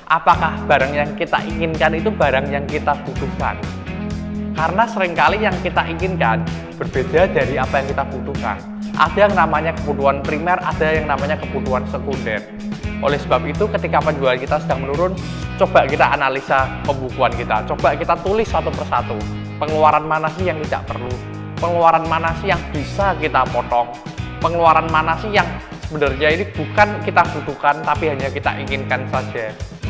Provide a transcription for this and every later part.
apakah barang yang kita inginkan itu barang yang kita butuhkan? Karena seringkali yang kita inginkan berbeda dari apa yang kita butuhkan. Ada yang namanya kebutuhan primer, ada yang namanya kebutuhan sekunder. Oleh sebab itu, ketika penjualan kita sedang menurun, coba kita analisa pembukuan kita. Coba kita tulis satu persatu. Pengeluaran mana sih yang tidak perlu? Pengeluaran mana sih yang bisa kita potong? Pengeluaran mana sih yang sebenarnya ini bukan kita butuhkan, tapi hanya kita inginkan saja.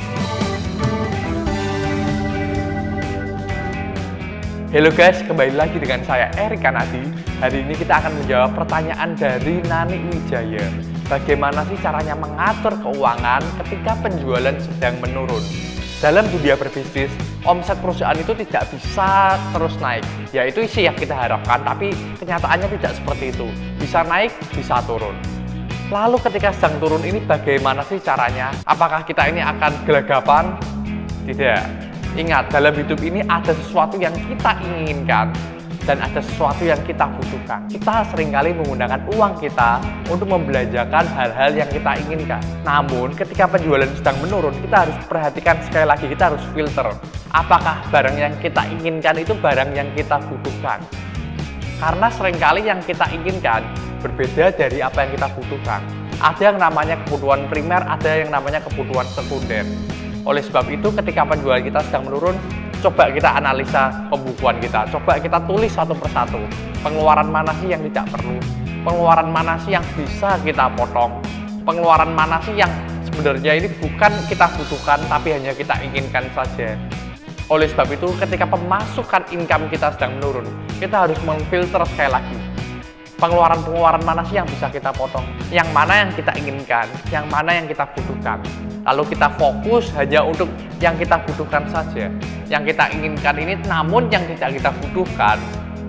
Halo guys, kembali lagi dengan saya Erik Kanadi. Hari ini kita akan menjawab pertanyaan dari Nani Wijaya. Bagaimana sih caranya mengatur keuangan ketika penjualan sedang menurun? Dalam dunia berbisnis, omset perusahaan itu tidak bisa terus naik. Yaitu isi yang kita harapkan, tapi kenyataannya tidak seperti itu. Bisa naik, bisa turun. Lalu ketika sedang turun ini bagaimana sih caranya? Apakah kita ini akan gelagapan? Tidak. Ingat, dalam hidup ini ada sesuatu yang kita inginkan dan ada sesuatu yang kita butuhkan. Kita seringkali menggunakan uang kita untuk membelanjakan hal-hal yang kita inginkan. Namun, ketika penjualan sedang menurun, kita harus perhatikan sekali lagi, kita harus filter. Apakah barang yang kita inginkan itu barang yang kita butuhkan? Karena seringkali yang kita inginkan berbeda dari apa yang kita butuhkan. Ada yang namanya kebutuhan primer, ada yang namanya kebutuhan sekunder. Oleh sebab itu, ketika penjualan kita sedang menurun, coba kita analisa pembukuan kita. Coba kita tulis satu persatu. Pengeluaran mana sih yang tidak perlu? Pengeluaran mana sih yang bisa kita potong? Pengeluaran mana sih yang sebenarnya ini bukan kita butuhkan, tapi hanya kita inginkan saja. Oleh sebab itu, ketika pemasukan income kita sedang menurun, kita harus memfilter sekali lagi. Pengeluaran-pengeluaran mana sih yang bisa kita potong? Yang mana yang kita inginkan? Yang mana yang kita butuhkan? Lalu kita fokus hanya untuk yang kita butuhkan saja. Yang kita inginkan ini, namun yang tidak kita butuhkan,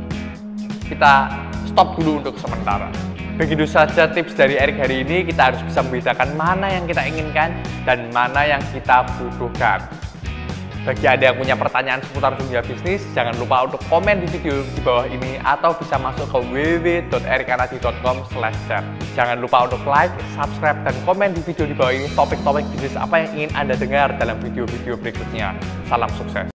kita stop dulu untuk sementara. Begitu saja tips dari Erik hari ini. Kita harus bisa membedakan mana yang kita inginkan dan mana yang kita butuhkan. Bagi Anda yang punya pertanyaan seputar dunia bisnis, jangan lupa untuk komen di video di bawah ini atau bisa masuk ke www.erikkanadi.com/chat. Jangan lupa untuk like, subscribe, dan komen di video di bawah ini topik-topik bisnis apa yang ingin Anda dengar dalam video-video berikutnya. Salam sukses!